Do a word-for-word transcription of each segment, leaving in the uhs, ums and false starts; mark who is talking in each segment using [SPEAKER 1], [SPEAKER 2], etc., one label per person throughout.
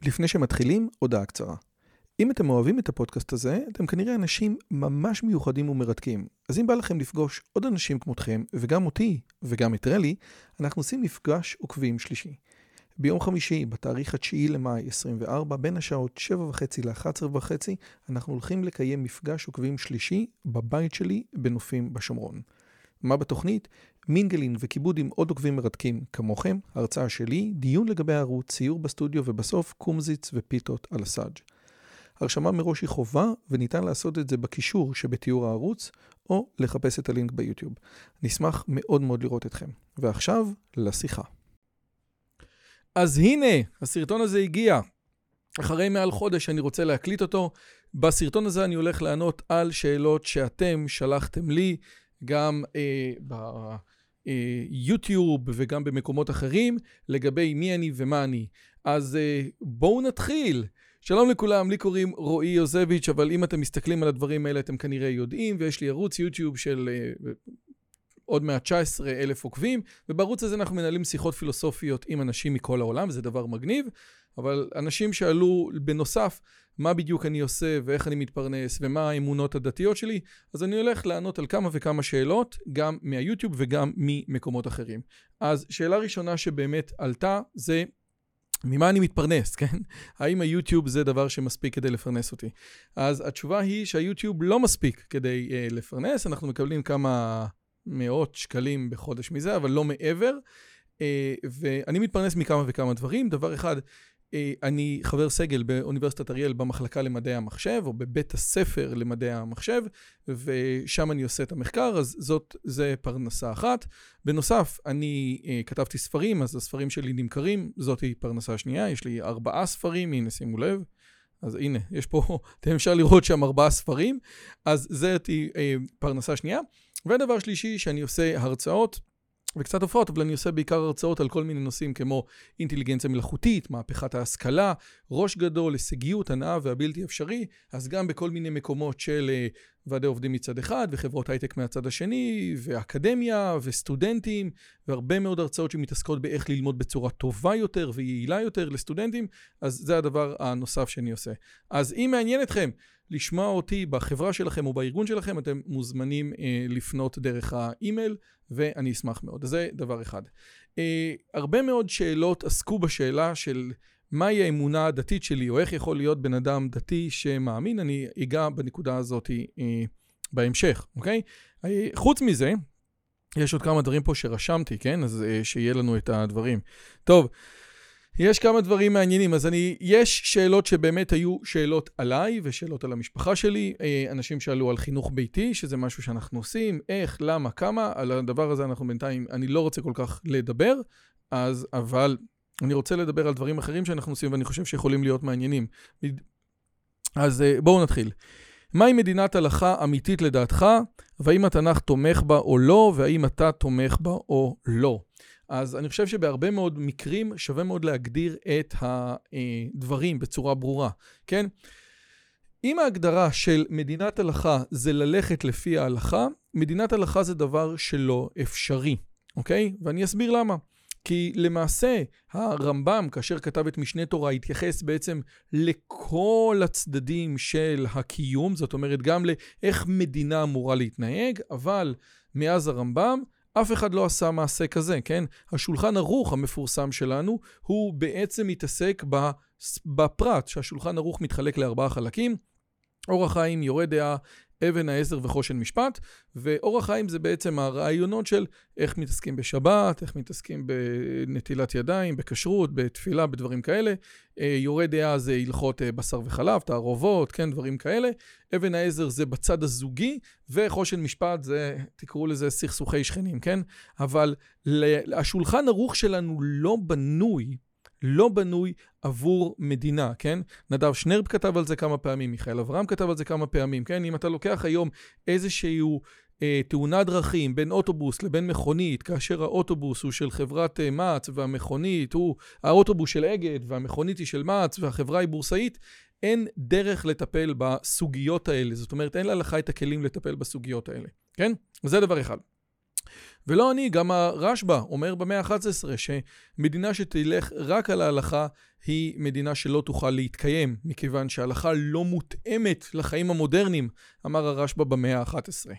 [SPEAKER 1] לפני שמתחילים, הודעה קצרה. אם אתם אוהבים את הפודקאסט הזה, אתם כנראה אנשים ממש מיוחדים ומרתקים. אז אם בא לכם לפגוש עוד אנשים כמותכם, וגם אותי, וגם את רלי, אנחנו עושים מפגש עוקבים שלישי. ביום חמישי, בתאריך התשיעי למאי עשרים וארבע, בין השעות שבע וחצי ל-אחת עשרה וחצי, אנחנו הולכים לקיים מפגש עוקבים שלישי בבית שלי בנופים בשומרון. מה בתוכנית? מינגלין וכיבוד עם עוד עוקבים מרתקים כמוכם, הרצאה שלי, דיון לגבי הערוץ, ציור בסטודיו ובסוף קומזיץ ופיתות על הסאג'. הרשמה מראש היא חובה וניתן לעשות את זה בקישור שבתיאור הערוץ או לחפש את הלינק ביוטיוב. נשמח מאוד מאוד לראות אתכם. ועכשיו לשיחה. אז הנה, הסרטון הזה הגיע. אחרי מעל חודש אני רוצה להקליט אותו. בסרטון הזה אני הולך לענות על שאלות שאתם שלחתם לי, גם אה, ביוטיוב וגם במקומות אחרים, לגבי מי אני ומה אני. אז אה, בואו נתחיל. שלום לכולם, לי קוראים רועי יוזביץ', אבל אם אתם מסתכלים על הדברים האלה אתם כנראה יודעים, ויש לי ערוץ יוטיוב של אה, עוד מעט תשע עשרה אלף עוקבים, ובערוץ הזה אנחנו מנהלים שיחות פילוסופיות עם אנשים מכל העולם, וזה דבר מגניב, אבל אנשים שאלו בנוסף מה בדיוק אני עושה ואיך אני מתפרנס ומה האמונות הדתיות שלי, אז אני הולך לענות על כמה וכמה שאלות, גם מהיוטיוב וגם ממקומות אחרים. אז שאלה ראשונה שבאמת עלתה זה, ממה אני מתפרנס, כן? האם היוטיוב זה דבר שמספיק כדי לפרנס אותי? אז התשובה היא שהיוטיוב לא מספיק כדי uh, לפרנס, אנחנו מקבלים כמה מאות שקלים בחודש מזה, אבל לא מעבר, uh, ואני מתפרנס מכמה וכמה דברים. דבר אחד, uh, אני חבר סגל באוניברסיטת אריאל במחלקה למדעי המחשב, או בבית הספר למדעי המחשב, ושם אני עושה את המחקר, אז זאת, זה פרנסה אחת. בנוסף, אני uh, כתבתי ספרים, אז הספרים שלי נמכרים, זאת היא פרנסה שנייה, יש לי ארבעה ספרים, הנה שימו לב, אז הנה, יש פה, אתם אפשר לראות שם ארבעה ספרים, אז זאת היא uh, פרנסה שנייה. ודבר שלישי, שאני עושה הרצאות, וקצת הופעות, אבל אני עושה בעיקר הרצאות על כל מיני נושאים כמו אינטליגנציה מלאכותית, מהפכת ההשכלה, ראש גדול, הישגיות, הנאה והבלתי אפשרי, אז גם בכל מיני מקומות של uh, ועדי עובדים מצד אחד, וחברות הייטק מהצד השני, ואקדמיה, וסטודנטים, והרבה מאוד הרצאות שמתעסקות באיך ללמוד בצורה טובה יותר ויעילה יותר לסטודנטים, אז זה הדבר הנוסף שאני עושה. אז אם מעניין אתכם לשמוע אותי בחברה שלכם או בארגון שלכם, אתם מוזמנים אה, לפנות דרך האימייל, ואני אשמח מאוד. אז זה דבר אחד. אה, הרבה מאוד שאלות עסקו בשאלה של מהי האמונה הדתית שלי, או איך יכול להיות בן אדם דתי שמאמין. אני אגע בנקודה הזאת אה, בהמשך, אוקיי? אה, חוץ מזה, יש עוד כמה דברים פה שרשמתי, כן? אז אה, שיהיה לנו את הדברים. טוב, יש כמה דברים מעניינים, אז אני, יש שאלות שבאמת היו שאלות עליי ושאלות על המשפחה שלי, אנשים שאלו על חינוך ביתי, שזה משהו שאנחנו עושים, איך, למה, כמה, על הדבר הזה אנחנו בינתיים, אני לא רוצה כל כך לדבר, אז, אבל אני רוצה לדבר על דברים אחרים שאנחנו עושים ואני חושב שיכולים להיות מעניינים. אז בואו נתחיל. מהי מדינת הלכה אמיתית לדעתך, והאם התנ"ך תומך בה או לא, והאם אתה תומך בה או לא? אז אני חושב שבהרבה מאוד מקרים שווה מאוד להגדיר את הדברים בצורה ברורה, כן? אם ההגדרה של מדינת הלכה זה ללכת לפי ההלכה, מדינת הלכה זה דבר שלא אפשרי, אוקיי? ואני אסביר למה. כי למעשה הרמב"ם, כאשר כתב את משנה תורה, התייחס בעצם לכל הצדדים של הקיום, זאת אומרת גם לאיך מדינה אמורה להתנהג, אבל מאז הרמב"ם, אף אחד לא עשה מעשה כזה, כן? השולחן ערוך המפורסם שלנו, הוא בעצם מתעסק בפרט, שהשולחן ערוך מתחלק לארבעה חלקים, אורח חיים, יורה דעה, אבן העזר וחושן משפט, ואורח חיים זה בעצם הרעיונות של איך מתעסקים בשבת, איך מתעסקים בנטילת ידיים, בכשרות, בתפילה, בדברים כאלה. יורה דעה זה הלכות בשר וחלב, תערובות, כן, דברים כאלה. אבן העזר זה בצד הזוגי, וחושן משפט זה, תקראו לזה סכסוכי שכנים, כן? אבל השולחן ערוך שלנו לא בנוי, לא בנוי עבור מדינה, כן? נדב שנרב כתב על זה כמה פעמים, מיכאל אברהם כתב על זה כמה פעמים, כן? אם אתה לוקח היום איזשהו אה, תאונת דרכים בין אוטובוס לבין מכונית, כאשר האוטובוס הוא של חברת אה, מע"צ והמכונית הוא, האוטובוס של אגד והמכונית היא של מע"צ והחברה היא בורסאית, אין דרך לטפל בסוגיות האלה. זאת אומרת, אין להלכה את הכלים לטפל בסוגיות האלה, כן? וזה דבר אחד. ולא אני, גם הרשב"א אומר במאה ה-אחת עשרה שמדינה שתלך רק על ההלכה היא מדינה שלא תוכל להתקיים, מכיוון שההלכה לא מותאמת לחיים המודרניים, אמר הרשב"א במאה ה-אחת עשרה.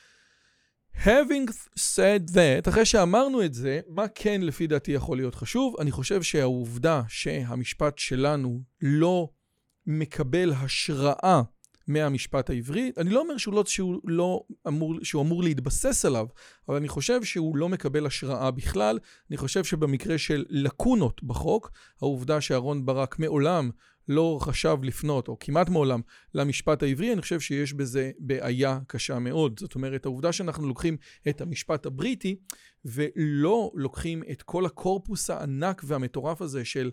[SPEAKER 1] Having said that, אחרי שאמרנו את זה, מה כן לפי דעתי יכול להיות חשוב? אני חושב שהעובדה שהמשפט שלנו לא מקבל השראה מהמשפט העברי, אני לא אומר שהוא לא, שהוא לא אמור, שהוא אמור להתבסס עליו, אבל אני חושב שהוא לא מקבל השראה בכלל. אני חושב שבמקרה של לקונות בחוק, העובדה שאהרון ברק מעולם לא חשב לפנות, או כמעט מעולם, למשפט העברי, אני חושב שיש בזה בעיה קשה מאוד. זאת אומרת, העובדה שאנחנו לוקחים את המשפט הבריטי, ולא לוקחים את כל הקורפוס הענק והמטורף הזה של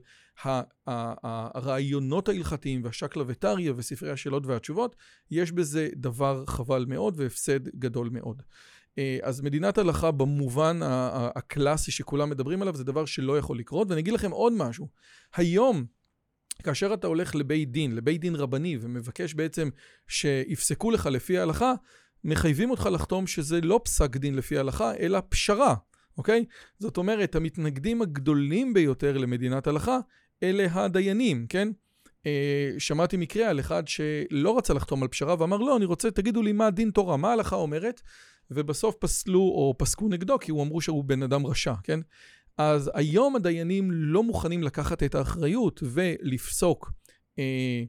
[SPEAKER 1] הרעיונות ההלכתיים והשקלא וטריא וספרי השאלות והתשובות, יש בזה דבר חבל מאוד והפסד גדול מאוד. אז מדינת הלכה במובן הקלאסי שכולם מדברים עליו, זה דבר שלא יכול לקרות. ואני אגיד לכם עוד משהו. היום, כאשר אתה הולך לבית דין, לבית דין רבני, ומבקש בעצם שיפסקו לך לפי ההלכה, מחייבים אותך לחתום שזה לא פסק דין לפי ההלכה, אלא פשרה, אוקיי? זאת אומרת, המתנגדים הגדולים ביותר למדינת הלכה, אלה הדיינים, כן? אה, שמעתי מקרה על אחד שלא רצה לחתום על פשרה, ואמר, לא, אני רוצה, תגידו לי מה דין תורה, מה ההלכה אומרת, ובסוף פסלו או פסקו נגדו, כי הוא אמרו שהוא בן אדם רשע, כן? אז היום הדיינים לא מוכנים לקחת את האחריות ולפסוק, אה,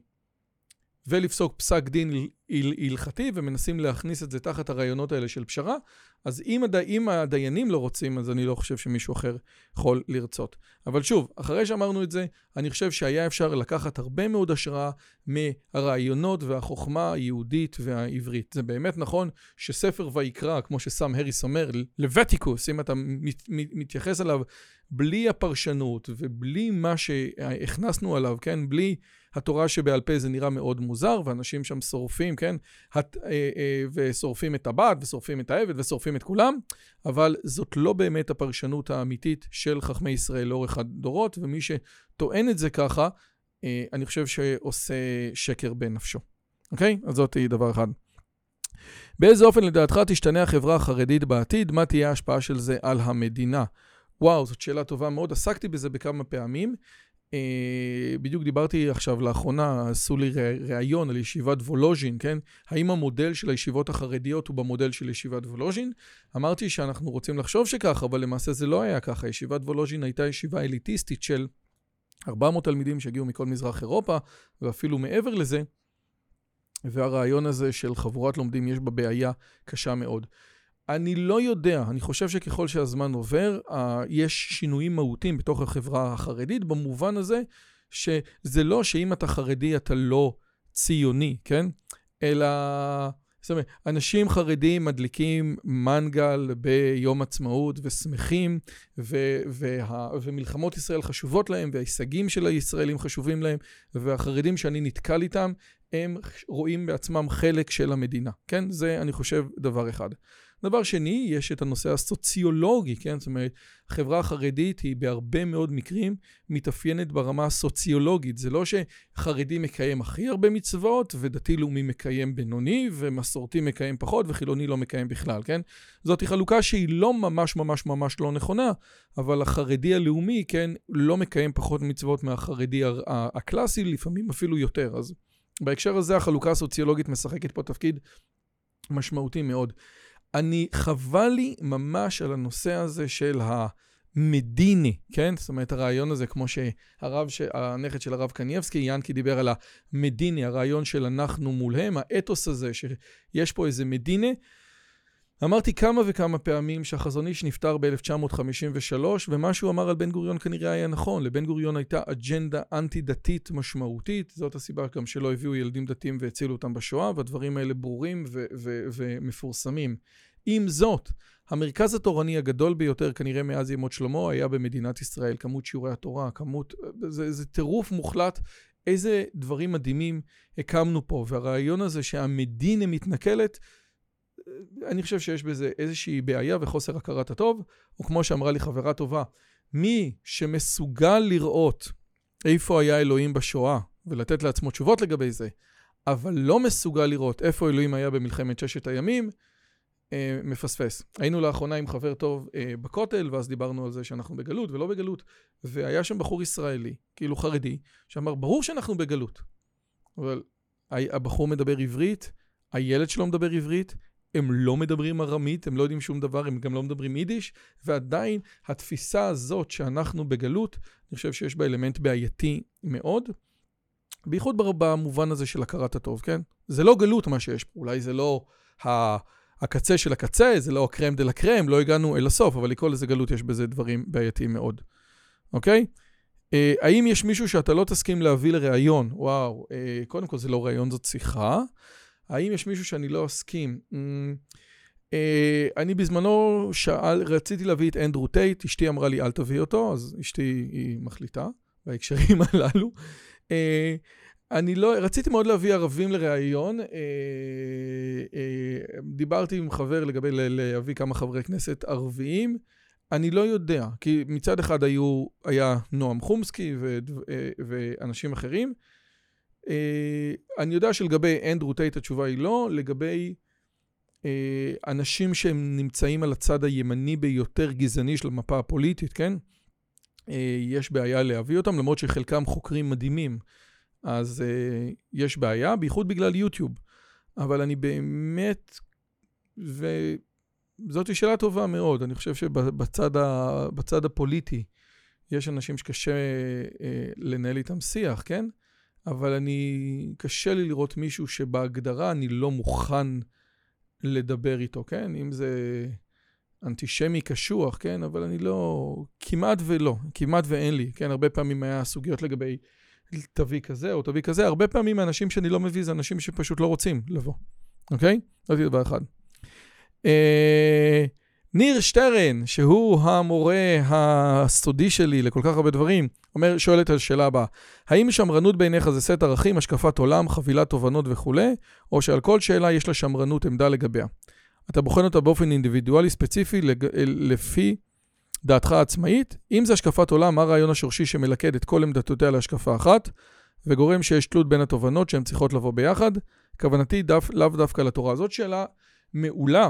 [SPEAKER 1] ולפסוק פסק דין הלכתי, ומנסים להכניס את זה תחת הרעיונות האלה של פשרה. אז אם, הדי, אם הדיינים לא רוצים, אז אני לא חושב שמישהו אחר יכול לרצות. אבל שוב, אחרי שאמרנו את זה, אני חושב שהיה אפשר לקחת הרבה מאוד השראה מהרעיונות והחוכמה היהודית והעברית. זה באמת נכון שספר ויקרא, כמו שסם הריס אומר, לוותיקוס, אם אתה מת, מת, מתייחס אליו בלי הפרשנות ובלי מה שהכנסנו עליו, כן? בלי התורה שבעל פה זה נראה מאוד מוזר, ואנשים שם שורפים, כן? הת, אה, אה, ושורפים את הבת, ושורפים את העבד, ושורפים את כולם, אבל זאת לא באמת הפרשנות האמיתית של חכמי ישראל לאורך הדורות, ומי שטוען את זה ככה, אה, אני חושב שעושה שקר בנפשו. אוקיי? אז זאת היא דבר אחד. באיזה אופן לדעתך תשתנה החברה החרדית בעתיד? מה תהיה ההשפעה של זה על המדינה? וואו, זאת שאלה טובה מאוד. עסקתי בזה בכמה פעמים. Uh, בדיוק דיברתי עכשיו לאחרונה, עשו לי ראיון על ישיבת וולוז'ין, כן? האם המודל של הישיבות החרדיות הוא במודל של ישיבת וולוז'ין? אמרתי שאנחנו רוצים לחשוב שכך, אבל למעשה זה לא היה ככה. ישיבת וולוז'ין הייתה ישיבה אליטיסטית של ארבע מאות תלמידים שהגיעו מכל מזרח אירופה, ואפילו מעבר לזה, והרעיון הזה של חבורת לומדים יש בה בעיה קשה מאוד. אני לא יודע, אני חושב שככל שהזמן עובר, uh, יש שינויים מהותיים בתוך החברה החרדית, במובן הזה שזה לא שאם אתה חרדי אתה לא ציוני, כן? אלא, זאת אומרת, אנשים חרדים מדליקים מנגל ביום עצמאות ושמחים, ו- וה- ומלחמות ישראל חשובות להם, וההישגים של הישראלים חשובים להם, והחרדים שאני נתקל איתם, הם רואים בעצמם חלק של המדינה, כן? זה אני חושב דבר אחד. דבר שני, יש את הנושא הסוציולוגי, כן? זאת אומרת, החברה החרדית היא בהרבה מאוד מקרים מתאפיינת ברמה הסוציולוגית. זה לא שחרדי מקיים הכי הרבה מצוות, ודתי לאומי מקיים בינוני, ומסורתי מקיים פחות, וחילוני לא מקיים בכלל, כן? זאת חלוקה שהיא לא ממש ממש ממש לא נכונה, אבל החרדי הלאומי, כן, לא מקיים פחות מצוות מהחרדי הקלאסי, לפעמים אפילו יותר. אז בהקשר הזה, החלוקה הסוציולוגית משחקת פה תפקיד משמעותי מאוד. אני חבל לי ממש על הנושא הזה של המדיני, כן? זאת אומרת, הרעיון הזה, כמו שהרב, הנכד של הרב קניאבסקי, ינקי דיבר על המדיני, הרעיון של אנחנו מולהם, האתוס הזה שיש פה איזה מדיני. אמרתי כמה וכמה פעמים שהחזון איש נפטר ב-אלף תשע מאות חמישים ושלוש, ומה שהוא אמר על בן גוריון כנראה היה נכון. לבן גוריון הייתה אג'נדה אנטי-דתית משמעותית, זאת הסיבה גם שלא הביאו ילדים דתיים והצילו אותם בשואה, והדברים האלה ברורים ו- ו- ומפורסמים. עם זאת, המרכז התורני הגדול ביותר כנראה מאז ימות שלמה היה במדינת ישראל, כמות שיעורי התורה, כמות, זה, זה טירוף מוחלט, איזה דברים מדהימים הקמנו פה, והרעיון הזה שהמדינה מתנכלת, אני חושב שיש בזה איזושהי בעיה וחוסר הכרת הטוב, או כמו שאמרה לי חברה טובה, מי שמסוגל לראות איפה היה אלוהים בשואה, ולתת לעצמו תשובות לגבי זה, אבל לא מסוגל לראות איפה אלוהים היה במלחמת ששת הימים, אה, מפספס. היינו לאחרונה עם חבר טוב אה, בכותל, ואז דיברנו על זה שאנחנו בגלות ולא בגלות, והיה שם בחור ישראלי, כאילו חרדי, שאמר, ברור שאנחנו בגלות, אבל הבחור מדבר עברית, הילד שלו מדבר עברית, הם לא מדברים ארמית, הם לא יודעים שום דבר, הם גם לא מדברים יידיש, ועדיין התפיסה הזאת שאנחנו בגלות, אני חושב שיש בה אלמנט בעייתי מאוד, בייחוד במובן הזה של הכרת הטוב, כן? זה לא גלות מה שיש פה, אולי זה לא הקצה של הקצה, זה לא הקרם דל הקרם, לא הגענו אל הסוף, אבל לקרוא לזה גלות יש בזה דברים בעייתיים מאוד. אוקיי? האם יש מישהו שאתה לא תסכים להביא לראיון? וואו, קודם כל זה לא ראיון, זאת שיחה. האם יש מישהו שאני לא אסכים? אני בזמנו שאל, רציתי להביא את אנדרו טייט, אשתי אמרה לי אל תביא אותו, אז אשתי היא מחליטה בהקשרים הללו. אני לא, רציתי מאוד להביא ערבים לראיון, דיברתי עם חבר לגבי להביא כמה חברי כנסת ערביים, אני לא יודע, כי מצד אחד היו, היה נועם חומסקי ו, ואנשים אחרים, אני יודע שלגבי אנדרו טייט התשובה היא לא, לגבי אנשים שהם נמצאים על הצד הימני ביותר גזעני של המפה הפוליטית, כן? יש בעיה להביא אותם, למרות שחלקם חוקרים מדהימים, אז יש בעיה, בייחוד בגלל יוטיוב. אבל אני באמת, וזאת שאלה טובה מאוד, אני חושב שבצד ה, בצד הפוליטי, יש אנשים שקשה לנהל איתם שיח, כן? אבל אני, קשה לי לראות מישהו שבהגדרה אני לא מוכן לדבר איתו, כן? אם זה אנטישמי קשוח, כן? אבל אני לא, כמעט ולא, כמעט ואין לי, כן? הרבה פעמים היה סוגיות לגבי תביא כזה או תביא כזה, הרבה פעמים האנשים שאני לא מביא זה אנשים שפשוט לא רוצים לבוא, אוקיי? זאת דבר אחד. אה... ניר שטרן, שהוא המורה הסודי שלי לכל כך הרבה דברים, אומר, שואלת על שאלה הבאה, האם שמרנות בעיניך זה סט ערכים, השקפת עולם, חבילת תובנות וכו', או שעל כל שאלה יש לה שמרנות עמדה לגביה? אתה בוחן אותה באופן אינדיבידואלי ספציפי לג... לפי דעתך העצמאית? אם זה השקפת עולם, מה הרעיון השורשי שמלכד את כל עמדתותיה להשקפה אחת, וגורם שיש תלות בין התובנות שהן צריכות לבוא ביחד? כוונתי דף, לאו דווקא לתורה. זאת שאלה מעולה.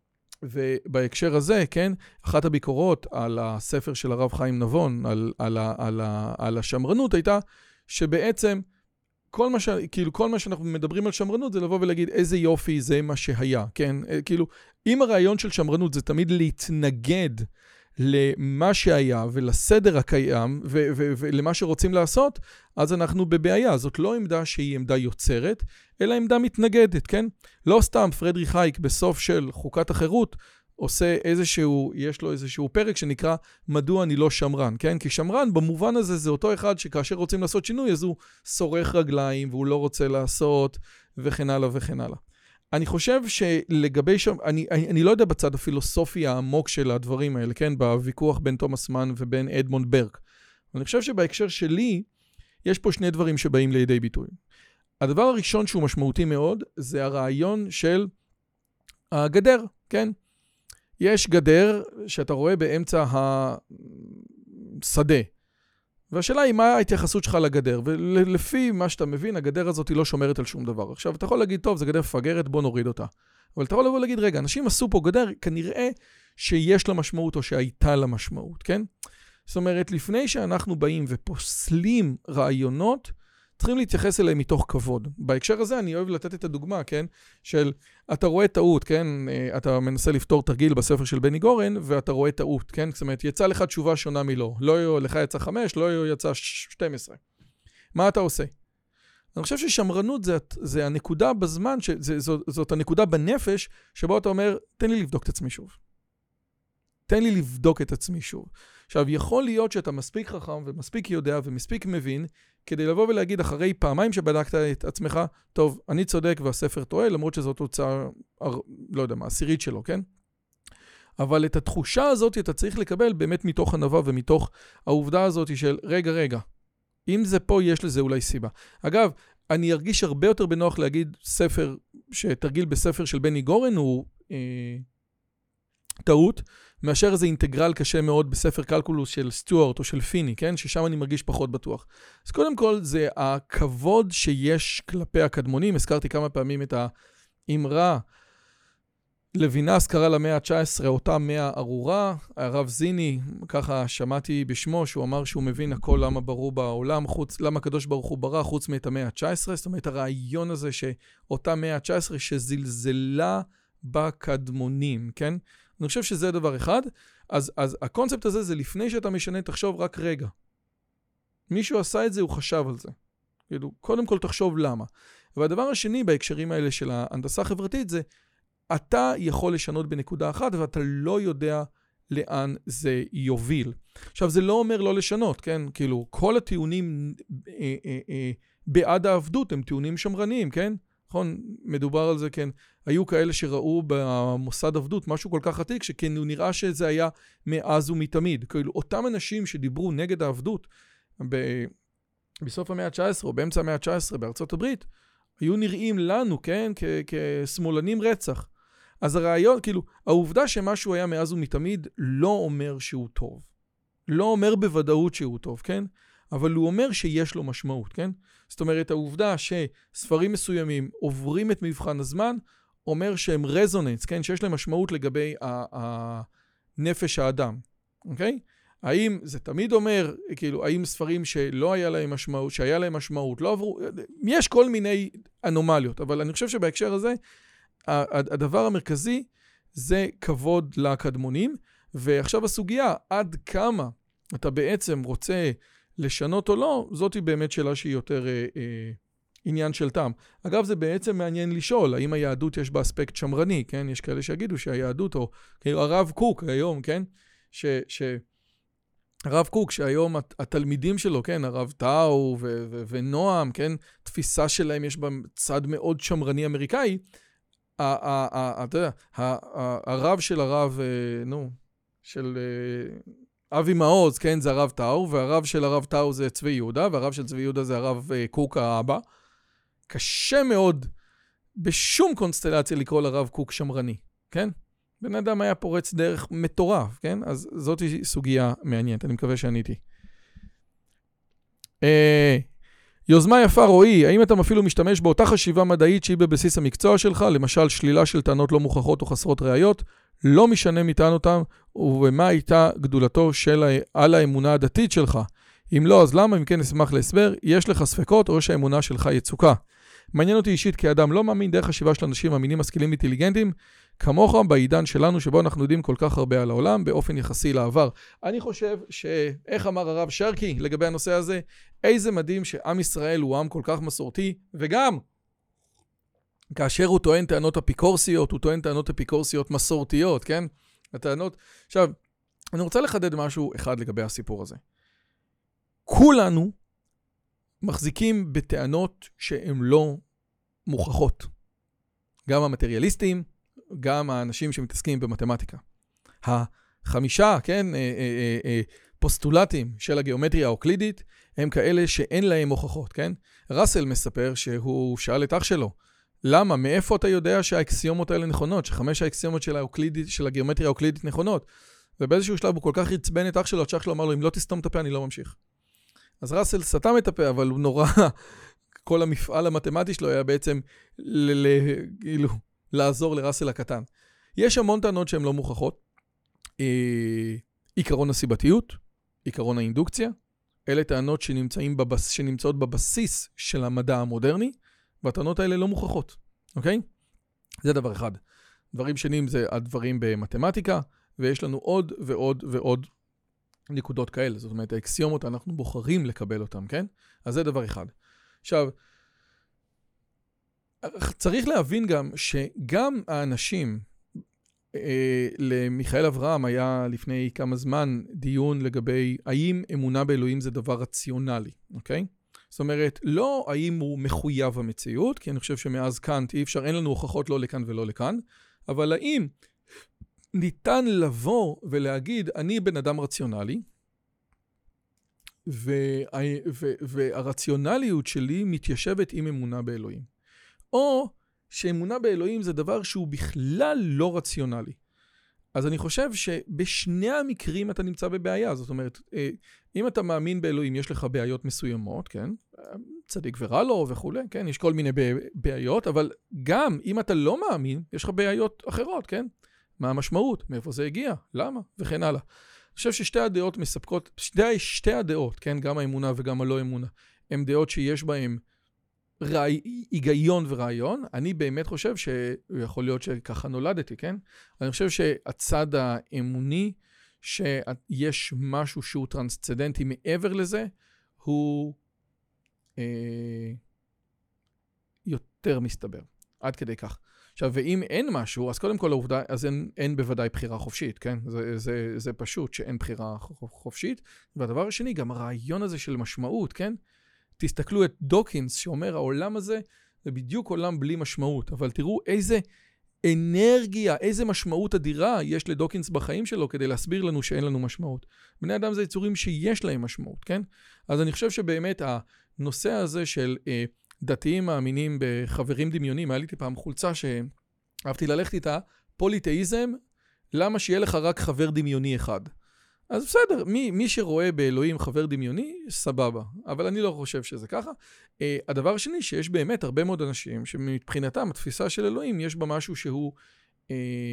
[SPEAKER 1] ובהקשר הזה, כן, אחת הביקורות על הספר של הרב חיים נבון, על, על, על, על, על השמרנות, הייתה שבעצם כל מה, ש, כאילו, כל מה שאנחנו מדברים על שמרנות זה לבוא ולהגיד איזה יופי זה מה שהיה, כן? כאילו, אם הרעיון של שמרנות זה תמיד להתנגד למה שהיה ולסדר הקיים ו- ו- ולמה שרוצים לעשות, אז אנחנו בבעיה. זאת לא עמדה שהיא עמדה יוצרת, אלא עמדה מתנגדת, כן? לא סתם פרדריך הייק בסוף של חוקת החירות עושה איזשהו, יש לו איזשהו פרק שנקרא מדוע אני לא שמרן, כן? כי שמרן במובן הזה זה אותו אחד שכאשר רוצים לעשות שינוי אז הוא שורח רגליים והוא לא רוצה לעשות וכן הלאה וכן הלאה. אני חושב שלגבי שם, אני, אני, אני לא יודע בצד הפילוסופי העמוק של הדברים האלה, כן? בוויכוח בין תומאס מן ובין אדמונד ברק. אני חושב שבהקשר שלי, יש פה שני דברים שבאים לידי ביטוי. הדבר הראשון שהוא משמעותי מאוד, זה הרעיון של הגדר, כן? יש גדר שאתה רואה באמצע השדה. והשאלה היא מה ההתייחסות שלך לגדר, ולפי מה שאתה מבין, הגדר הזאת היא לא שומרת על שום דבר. עכשיו, אתה יכול להגיד, טוב, זה גדר פגרת, בוא נוריד אותה. אבל אתה יכול לבוא להגיד, רגע, אנשים עשו פה גדר, כנראה שיש לה משמעות או שהייתה לה משמעות, כן? זאת אומרת, לפני שאנחנו באים ופוסלים רעיונות, צריכים להתייחס אליהם מתוך כבוד. בהקשר הזה אני אוהב לתת את הדוגמה, כן? של, אתה רואה טעות, כן? אתה מנסה לפתור תרגיל בספר של בני גורן, ואתה רואה טעות, כן? זאת אומרת, יצא לך תשובה שונה מלא. לא לך יצא חמש, לא יצא שתים עשרה. מה אתה עושה? אני חושב ששמרנות זה, זה הנקודה בזמן, שזה, זאת, זאת הנקודה בנפש, שבו אתה אומר, תן לי לבדוק את עצמי שוב. תן לי לבדוק את עצמי שוב. עכשיו, יכול להיות שאתה מספיק חכם ומספיק יודע ומספיק מבין, כדי לבוא ולהגיד אחרי פעמיים שבדקת את עצמך, טוב, אני צודק והספר טועה, למרות שזאת תוצאה, לא יודע מה, עשירית שלו, כן? אבל את התחושה הזאת אתה צריך לקבל באמת מתוך ענווה ומתוך העובדה הזאת של רגע, רגע, אם זה פה יש לזה אולי סיבה. אגב, אני ארגיש הרבה יותר בנוח להגיד ספר, שתרגיל בספר של בני גורן הוא אה, טעות, מאשר איזה אינטגרל קשה מאוד בספר קלקולוס של סטוארט או של פיני, כן? ששם אני מרגיש פחות בטוח. אז קודם כל זה הכבוד שיש כלפי הקדמונים, הזכרתי כמה פעמים את האמרה, לוינס קרא למאה ה-תשע עשרה אותה מאה ארורה, הרב זיני, ככה שמעתי בשמו, שהוא אמר שהוא מבין הכל למה ברור בעולם, חוץ, למה הקדוש ברוך הוא ברא חוץ מאת המאה ה-תשע עשרה, זאת אומרת הרעיון הזה שאותה מאה ה-תשע עשרה שזלזלה בקדמונים, כן? אני חושב שזה דבר אחד, אז, אז הקונספט הזה זה לפני שאתה משנה, תחשוב רק רגע. מישהו עשה את זה, הוא חשב על זה. כאילו, קודם כל תחשוב למה. והדבר השני בהקשרים האלה של ההנדסה החברתית זה, אתה יכול לשנות בנקודה אחת, ואתה לא יודע לאן זה יוביל. עכשיו, זה לא אומר לא לשנות, כן? כאילו, כל הטיעונים אה, אה, אה, בעד העבדות הם טיעונים שמרניים, כן? נכון? מדובר על זה, כן? היו כאלה שראו במוסד עבדות משהו כל כך עתיק, שכן הוא נראה שזה היה מאז ומתמיד. כאילו, אותם אנשים שדיברו נגד העבדות ב... בסוף המאה ה-תשע עשרה או באמצע המאה ה-תשע עשרה בארצות הברית, היו נראים לנו, כן? כ- כשמאלנים רצח. אז הרעיון, כאילו, העובדה שמשהו היה מאז ומתמיד לא אומר שהוא טוב. לא אומר בוודאות שהוא טוב, כן? אבל הוא אומר שיש לו משמעות, כן? זאת אומרת, העובדה שספרים מסוימים עוברים את מבחן הזמן, אומר שהם רזוננס, כן? שיש להם משמעות לגבי הנפש האדם, אוקיי? האם זה תמיד אומר, כאילו, האם ספרים שלא היה להם משמעות, שהיה להם משמעות, לא עברו, יש כל מיני אנומליות, אבל אני חושב שבהקשר הזה, הדבר המרכזי זה כבוד לקדמונים, ועכשיו הסוגיה, עד כמה אתה בעצם רוצה לשנות או לא, זאת היא באמת שאלה שהיא יותר אה, אה, עניין של טעם. אגב, זה בעצם מעניין לשאול, האם היהדות יש בה אספקט שמרני, כן? יש כאלה שיגידו שהיהדות, או כאילו הרב קוק היום, כן? ש... ש הרב קוק, שהיום התלמידים שלו, כן, הרב טאו ו- ו- ונועם, כן, תפיסה שלהם יש בה צד מאוד שמרני אמריקאי, אתה יודע, הרב של הרב, נו, של אבי מעוז, כן, זה הרב טאו, והרב של הרב טאו זה צבי יהודה, והרב של צבי יהודה זה הרב קוק האבא. קשה מאוד בשום קונסטלציה לקרוא לרב קוק שמרני, כן? בן אדם היה פורץ דרך מטורף, כן? אז זאת היא סוגיה מעניינת, אני מקווה שעניתי. אה, יוזמה יפה רועי, האם אתה אפילו משתמש באותה חשיבה מדעית שהיא בבסיס המקצוע שלך, למשל שלילה של טענות לא מוכחות או חסרות ראיות, לא משנה מטען אותם, ומה הייתה גדולתו של על האמונה הדתית שלך? אם לא, אז למה? אם כן נשמח להסבר, יש לך ספקות או שהאמונה שלך יצוקה? מעניין אותי אישית כאדם לא מאמין דרך חשיבה של אנשים מאמינים משכילים אינטליגנטים, כמוך בעידן שלנו שבו אנחנו יודעים כל כך הרבה על העולם באופן יחסי לעבר. אני חושב שאיך אמר הרב שרקי לגבי הנושא הזה, איזה מדהים שעם ישראל הוא עם כל כך מסורתי, וגם כאשר הוא טוען טענות אפיקורסיות, הוא טוען טענות אפיקורסיות מסורתיות, כן? הטענות... עכשיו, אני רוצה לחדד משהו אחד לגבי הסיפור הזה. כולנו מחזיקים בטענות שהן לא מוכחות. גם המטריאליסטים, גם האנשים שמתעסקים במתמטיקה. החמישה, כן, פוסטולטים של הגיאומטריה האוקלידית, הם כאלה שאין להם הוכחות, כן? ראסל מספר שהוא שאל את אח שלו, למה, מאיפה אתה יודע שהאקסיומות האלה נכונות, שחמש האקסיומות של, האוקלידית, של הגיאומטריה האוקלידית נכונות? ובאיזשהו שלב הוא כל כך רצבן את אח שלו, שאח שלו אמר לו, אם לא תסתום את הפה, אני לא ממשיך. אז ראסל סתם את הפה, אבל הוא נורא, כל המפעל המתמטי שלו היה בעצם ל- ל- כאילו, לעזור לראסל הקטן. יש המון טענות שהן לא מוכחות. אה, עיקרון הסיבתיות, עיקרון האינדוקציה, אלה טענות שנמצאים בבס, שנמצאות בבסיס של המדע המודרני, והטענות האלה לא מוכחות, אוקיי? זה דבר אחד. דברים שונים זה הדברים במתמטיקה, ויש לנו עוד ועוד ועוד נקודות כאלה. זאת אומרת, האקסיומות אנחנו בוחרים לקבל אותם, כן? אז זה דבר אחד. עכשיו, צריך להבין גם שגם האנשים, אה, למיכאל אברהם היה לפני כמה זמן דיון לגבי האם אמונה באלוהים זה דבר רציונלי, אוקיי? זאת אומרת, לא האם הוא מחויב המציאות, כי אני חושב שמאז קאנט אי אפשר, אין לנו הוכחות לא לכאן ולא לכאן, אבל האם ניתן לבוא ולהגיד, אני בן אדם רציונלי, וה, ו, והרציונליות שלי מתיישבת עם אמונה באלוהים. או שאמונה באלוהים זה דבר שהוא בכלל לא רציונלי. אז אני חושב שבשני המקרים אתה נמצא בבעיה. זאת אומרת, אם אתה מאמין באלוהים, יש לך בעיות מסוימות, כן? צדיק ורע לו וכו', כן? יש כל מיני בעיות, אבל גם אם אתה לא מאמין, יש לך בעיות אחרות, כן? מה המשמעות? מאיפה זה הגיע? למה? וכן הלאה. אני חושב ששתי הדעות מספקות, שתי, שתי הדעות, כן? גם האמונה וגם הלא אמונה, הן דעות שיש בהן רעי, היגיון ורעיון. אני באמת חושב שיכול להיות שככה נולדתי, כן? אני חושב שהצד האמוני, שיש משהו שהוא טרנסצדנטי מעבר לזה, הוא אה, יותר מסתבר. עד כדי כך. עכשיו, ואם אין משהו, אז קודם כל העובדה, אז אין, אין בוודאי בחירה חופשית, כן? זה, זה, זה פשוט שאין בחירה חופשית. והדבר השני, גם הרעיון הזה של משמעות, כן? תסתכלו את דוקינס שאומר, העולם הזה זה בדיוק עולם בלי משמעות, אבל תראו איזה אנרגיה, איזה משמעות אדירה יש לדוקינס בחיים שלו כדי להסביר לנו שאין לנו משמעות. בני אדם זה יצורים שיש להם משמעות, כן? אז אני חושב שבאמת הנושא הזה של אה, דתיים מאמינים בחברים דמיונים, היה לי פעם חולצה שאהבתי ללכת איתה, פוליתאיזם, למה שיהיה לך רק חבר דמיוני אחד? אז בסדר, מי, מי שרואה באלוהים חבר דמיוני, סבבה. אבל אני לא חושב שזה ככה. Uh, הדבר השני, שיש באמת הרבה מאוד אנשים, שמבחינתם, התפיסה של אלוהים, יש בה משהו שהוא, uh,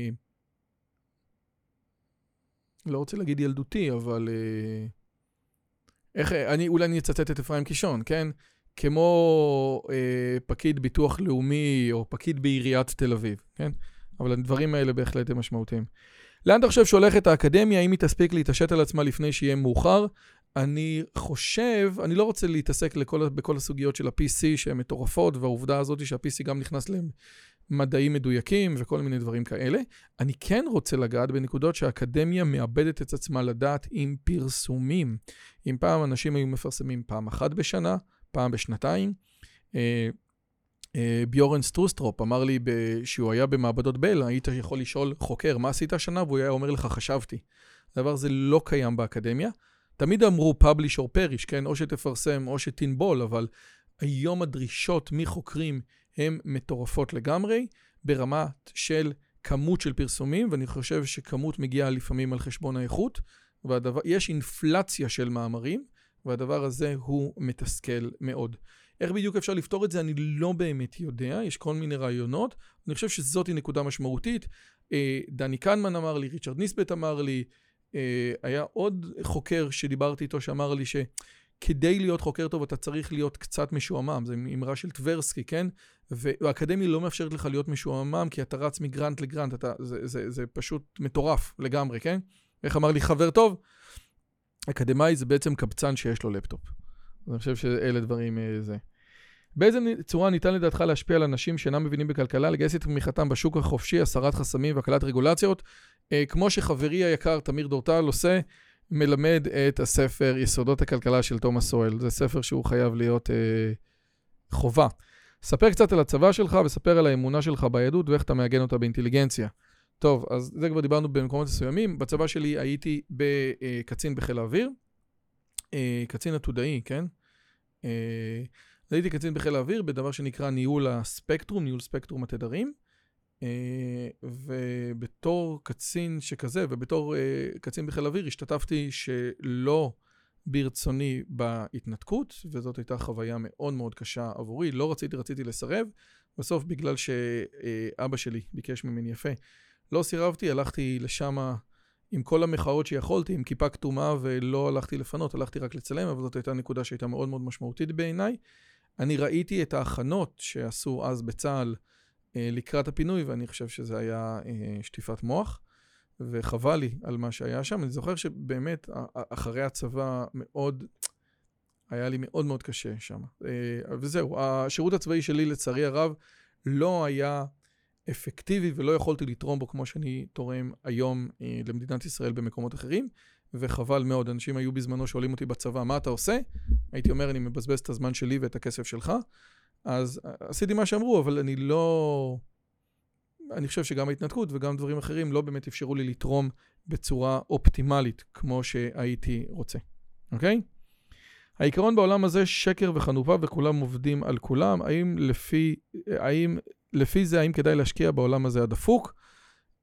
[SPEAKER 1] לא רוצה להגיד ילדותי, אבל, uh, איך, אני, אולי אני אצטט את אפרים קישון, כן? כמו uh, פקיד ביטוח לאומי, או פקיד בעיריית תל אביב, כן? אבל הדברים האלה בהחלט הם משמעותיים. לאן אתה חושב שהולכת האקדמיה? האם היא תספיק להתעשת על עצמה לפני שיהיה מאוחר? אני חושב, אני לא רוצה להתעסק לכל, בכל הסוגיות של ה-פי סי שהן מטורפות, והעובדה הזאת שה-פי סי גם נכנס למדעים מדויקים וכל מיני דברים כאלה. אני כן רוצה לגעת בנקודות שהאקדמיה מאבדת את עצמה לדעת עם פרסומים. אם פעם אנשים היו מפרסמים פעם אחת בשנה, פעם בשנתיים, ביורן סטרוסטרופ אמר לי שהוא היה במעבדות בל, היית יכול לשאול חוקר מה עשית השנה, והוא היה אומר לך חשבתי. הדבר הזה לא קיים באקדמיה. תמיד אמרו publish or perish, כן? או שתפרסם או שתנבול, אבל היום הדרישות מחוקרים הן מטורפות לגמרי, ברמה של כמות של פרסומים, ואני חושב שכמות מגיעה לפעמים על חשבון האיכות, ויש אינפלציה של מאמרים, והדבר הזה הוא מתסכל מאוד. איך בדיוק אפשר לפתור את זה? אני לא באמת יודע, יש כל מיני רעיונות, אני חושב שזאת היא נקודה משמעותית. דני קנמן אמר לי, ריצ'רד ניסבט אמר לי, היה עוד חוקר שדיברתי איתו שאמר לי שכדי להיות חוקר טוב אתה צריך להיות קצת משועמם, זה אמרה של טברסקי, כן? והאקדמיה לא מאפשרת לך להיות משועמם כי אתה רץ מגרנט לגרנט, אתה, זה, זה, זה פשוט מטורף לגמרי, כן? איך אמר לי חבר טוב? אקדמאי זה בעצם קבצן שיש לו לפטופ. אני חושב שאלה דברים זה. באיזה צורה ניתן לדעתך להשפיע על אנשים שאינם מבינים בכלכלה, לגייס את תמיכתם בשוק החופשי, הסרת חסמים והקלת רגולציות, אה, כמו שחברי היקר תמיר דורטל עושה, מלמד את הספר יסודות הכלכלה של תומאס סואל. זה ספר שהוא חייב להיות אה, חובה. ספר קצת על הצבא שלך וספר על האמונה שלך ביהדות ואיך אתה מאגן אותה באינטליגנציה. טוב, אז זה כבר דיברנו במקומות מסוימים. בצבא שלי הייתי בקצין בחיל האוויר, אה, קצין עתודאי, כן? אה, הייתי קצין בחיל האוויר בדבר שנקרא ניהול הספקטרום, ניהול ספקטרום התדרים, ובתור קצין שכזה, ובתור קצין בחיל האוויר, השתתפתי שלא ברצוני בהתנתקות, וזאת הייתה חוויה מאוד מאוד קשה עבורי, לא רציתי, רציתי לסרב, בסוף בגלל שאבא שלי ביקש ממני יפה, לא סירבתי, הלכתי לשם עם כל המחאות שיכולתי, עם כיפה כתומה, ולא הלכתי לפנות, הלכתי רק לצלם, אבל זאת הייתה נקודה שהייתה מאוד מאוד משמעותית בעיניי. אני ראיתי את ההכנות שעשו אז בצה"ל אה, לקראת הפינוי, ואני חושב שזה היה אה, שטיפת מוח, וחבל לי על מה שהיה שם. אני זוכר שבאמת אחרי הצבא מאוד, היה לי מאוד מאוד קשה שם. אה, וזהו, השירות הצבאי שלי לצערי הרב לא היה אפקטיבי, ולא יכולתי לתרום בו כמו שאני תורם היום אה, למדינת ישראל במקומות אחרים, וחבל מאוד. אנשים היו בזמנו שואלים אותי בצבא, מה אתה עושה? הייתי אומר, אני מבזבז את הזמן שלי ואת הכסף שלך. אז עשיתי מה שאמרו, אבל אני לא... אני חושב שגם ההתנתקות וגם דברים אחרים לא באמת אפשרו לי לתרום בצורה אופטימלית, כמו שהייתי רוצה. אוקיי? העיקרון בעולם הזה שקר וחנופה, וכולם עובדים על כולם. האם לפי, האם, לפי זה, האם כדאי להשקיע בעולם הזה הדפוק?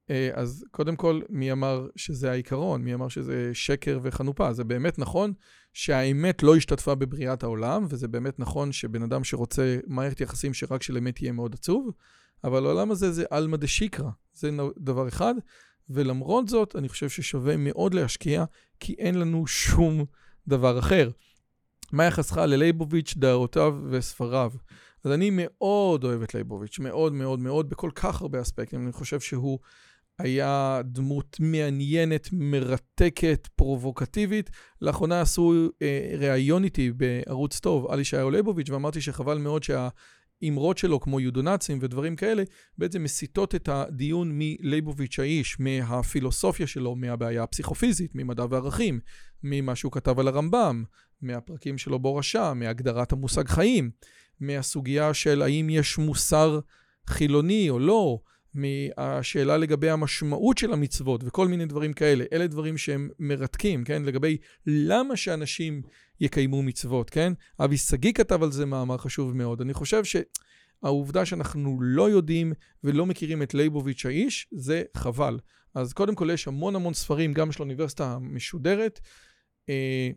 [SPEAKER 1] אז קודם כל, מי אמר שזה העיקרון? מי אמר שזה שקר וחנופה? זה באמת נכון שהאמת לא השתתפה בבריאת העולם, וזה באמת נכון שבן אדם שרוצה מערכת יחסים שרק של אמת יהיה מאוד עצוב, אבל העולם הזה זה אלמא דשיקרא, זה דבר אחד, ולמרות זאת אני חושב ששווה מאוד להשקיע, כי אין לנו שום דבר אחר. מה יחסך ללייבוביץ', דעותיו וספריו? אז אני מאוד אוהב את לייבוביץ', מאוד מאוד מאוד, בכל כך הרבה אספקטים. אני חושב שהוא היה דמות מעניינת, מרתקת, פרובוקטיבית. לאחרונה עשו אה, ראיון איתי בערוץ טוב, על ישעיהו לייבוביץ', ואמרתי שחבל מאוד שהאמרות שלו, כמו יודונאצים ודברים כאלה, בעצם מסיטות את הדיון מלייבוביץ' האיש, מהפילוסופיה שלו, מהבעיה הפסיכופיזית, ממדע וערכים, ממה שהוא כתב על הרמב"ם, מהפרקים שלו בו רשע, מהגדרת המושג חיים, מהסוגיה של האם יש מוסר חילוני או לא, מהשאלה לגבי המשמעות של המצוות וכל מיני דברים כאלה. אלה דברים שהם מרתקים, כן? לגבי למה שאנשים יקיימו מצוות, כן? אבי סגי כתב על זה מאמר חשוב מאוד. אני חושב שהעובדה שאנחנו לא יודעים ולא מכירים את לייבוביץ' האיש, זה חבל. אז קודם כל יש המון המון ספרים, גם של האוניברסיטה המשודרת, אה,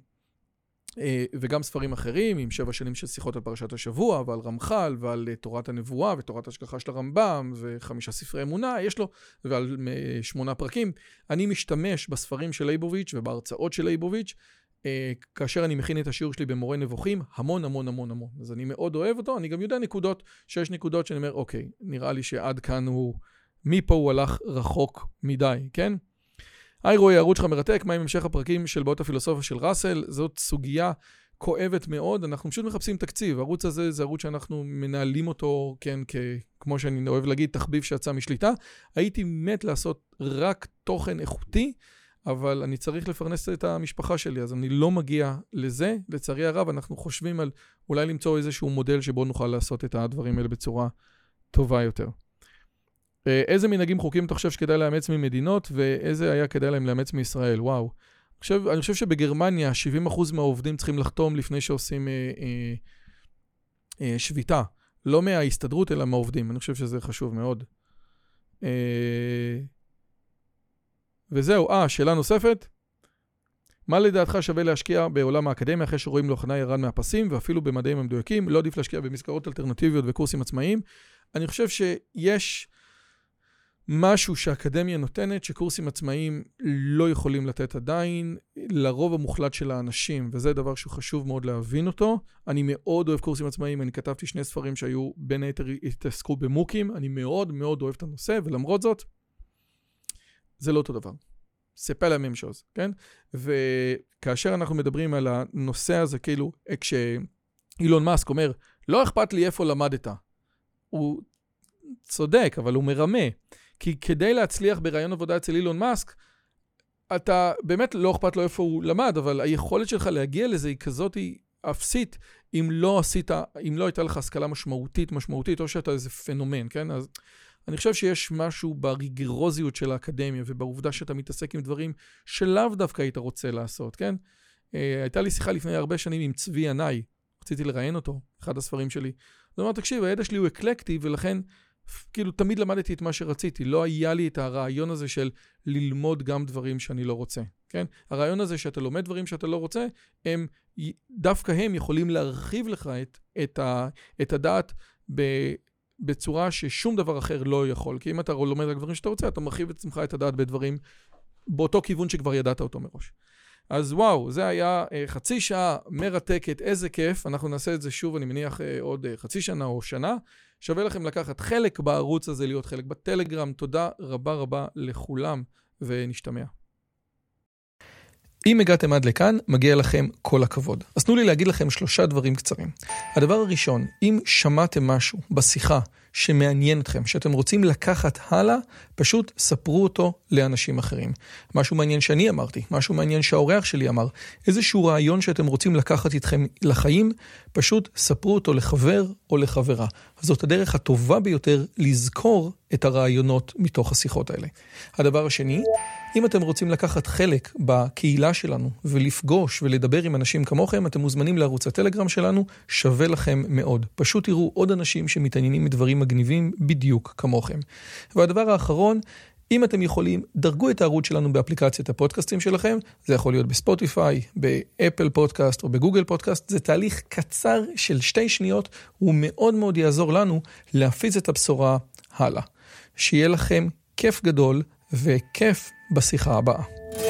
[SPEAKER 1] וגם ספרים אחרים, עם שבע שנים של שיחות על פרשת השבוע, ועל רמח"ל, ועל תורת הנבואה, ותורת השגחה של הרמב"ם, וחמישה ספרי אמונה, יש לו, ועל שמונה פרקים. אני משתמש בספרים של לייבוביץ' ובהרצאות של לייבוביץ', כאשר אני מכין את השיעור שלי במורה נבוכים, המון המון המון המון. אז אני מאוד אוהב אותו, אני גם יודע נקודות, שיש נקודות שאני אומר, אוקיי, נראה לי שעד כאן הוא, מפה הוא הלך רחוק מדי, כן? היי רועי, הערוץ שלך מרתק, מה עם המשך הפרקים של באות הפילוסופיה של ראסל? זאת סוגיה כואבת מאוד, אנחנו פשוט מחפשים תקציב, הערוץ הזה זה ערוץ שאנחנו מנהלים אותו, כן, כ- כמו שאני אוהב להגיד, תחביב שיצא משליטה. הייתי מת לעשות רק תוכן איכותי, אבל אני צריך לפרנס את המשפחה שלי, אז אני לא מגיע לזה. לצערי הרב, אנחנו חושבים על אולי למצוא איזשהו מודל שבו נוכל לעשות את הדברים האלה בצורה טובה יותר. איזה מנהגים חוקים אתה חושב שכדאי לאמץ ממדינות, ואיזה היה כדאי להם לאמץ מישראל? וואו. אני חושב, אני חושב שבגרמניה שבעים אחוז מהעובדים צריכים לחתום לפני שעושים אה, אה, אה, שביתה. לא מההסתדרות, אלא מהעובדים. אני חושב שזה חשוב מאוד. אה, וזהו. אה, שאלה נוספת. מה לדעתך שווה להשקיע בעולם האקדמיה אחרי שרואים לוחנה ירד מהפסים, ואפילו במדעים המדויקים? לא עדיף להשקיע במסגרות אלטרנטיביות וקורסים עצמאיים. אני חושב שיש משהו שהאקדמיה נותנת, שקורסים עצמאיים לא יכולים לתת עדיין, לרוב המוחלט של האנשים, וזה דבר שהוא חשוב מאוד להבין אותו. אני מאוד אוהב קורסים עצמאיים, אני כתבתי שני ספרים שהיו בין היתר התעסקו במוקים, אני מאוד מאוד אוהב את הנושא, ולמרות זאת, זה לא אותו דבר. ספל הממשוז, כן? וכאשר אנחנו מדברים על הנושא הזה, כאילו, כשאילון מאסק אומר, לא אכפת לי איפה למדת, הוא צודק, אבל הוא מרמה. כי כדי להצליח ברעיון עבודה אצל אילון מאסק, אתה באמת לא אכפת לו איפה הוא למד, אבל היכולת שלך להגיע לזה היא כזאת היא אפסית, אם לא עשית, אם לא הייתה לך השכלה משמעותית, משמעותית, או שאתה איזה פנומן, כן? אז אני חושב שיש משהו בריגרוזיות של האקדמיה, ובעובדה שאתה מתעסק עם דברים שלאו דווקא היית רוצה לעשות, כן? הייתה לי שיחה לפני הרבה שנים עם צבי ינאי, רציתי לראיין אותו, אחד הספרים שלי. זאת אומרת, תקשיב, הידע שלי הוא אקלקטי, ולכן כאילו תמיד למדתי את מה שרציתי, לא היה לי את הרעיון הזה של ללמוד גם דברים שאני לא רוצה, כן? הרעיון הזה שאתה לומד דברים שאתה לא רוצה, הם, דווקא הם יכולים להרחיב לך את, את, ה, את הדעת ב, בצורה ששום דבר אחר לא יכול, כי אם אתה לומד רק דברים שאתה רוצה, אתה מרחיב את עצמך את הדעת בדברים, באותו כיוון שכבר ידעת אותו מראש. אז וואו, זה היה uh, חצי שעה מרתקת, איזה כיף, אנחנו נעשה את זה שוב, אני מניח uh, עוד uh, חצי שנה או שנה, שווה לכם לקחת חלק בערוץ הזה, להיות חלק בטלגרם, תודה רבה רבה לכולם, ונשתמע. אם הגעתם עד לכאן, מגיע לכם כל הכבוד. אז תנו לי להגיד לכם שלושה דברים קצרים. הדבר הראשון, אם שמעתם משהו בשיחה שמעניין אתכם, שאתם רוצים לקחת הלאה, פשוט ספרו אותו לאנשים אחרים. משהו מעניין שאני אמרתי, משהו מעניין שהאורח שלי אמר, איזשהו רעיון שאתם רוצים לקחת איתכם לחיים, פשוט ספרו אותו לחבר או לחברה. אז זאת הדרך הטובה ביותר לזכור את הרעיונות מתוך השיחות האלה. הדבר השני, אם אתם רוצים לקחת חלק בקהילה שלנו ולפגוש ולדבר עם אנשים כמוכם, אתם מוזמנים לערוץ הטלגרם שלנו, שווה לכם מאוד. פשוט תראו עוד אנשים שמתעניינים מדברים מגניבים בדיוק כמוכם. והדבר האחרון, אם אתם יכולים, דרגו את הערוץ שלנו באפליקציית הפודקאסטים שלכם, זה יכול להיות בספוטיפיי, באפל פודקאסט או בגוגל פודקאסט, זה תהליך קצר של שתי שניות, הוא מאוד מאוד יעזור לנו להפיץ את הבשורה הלאה. שיהיה לכם כיף גדול וכיף בשיחה הבאה.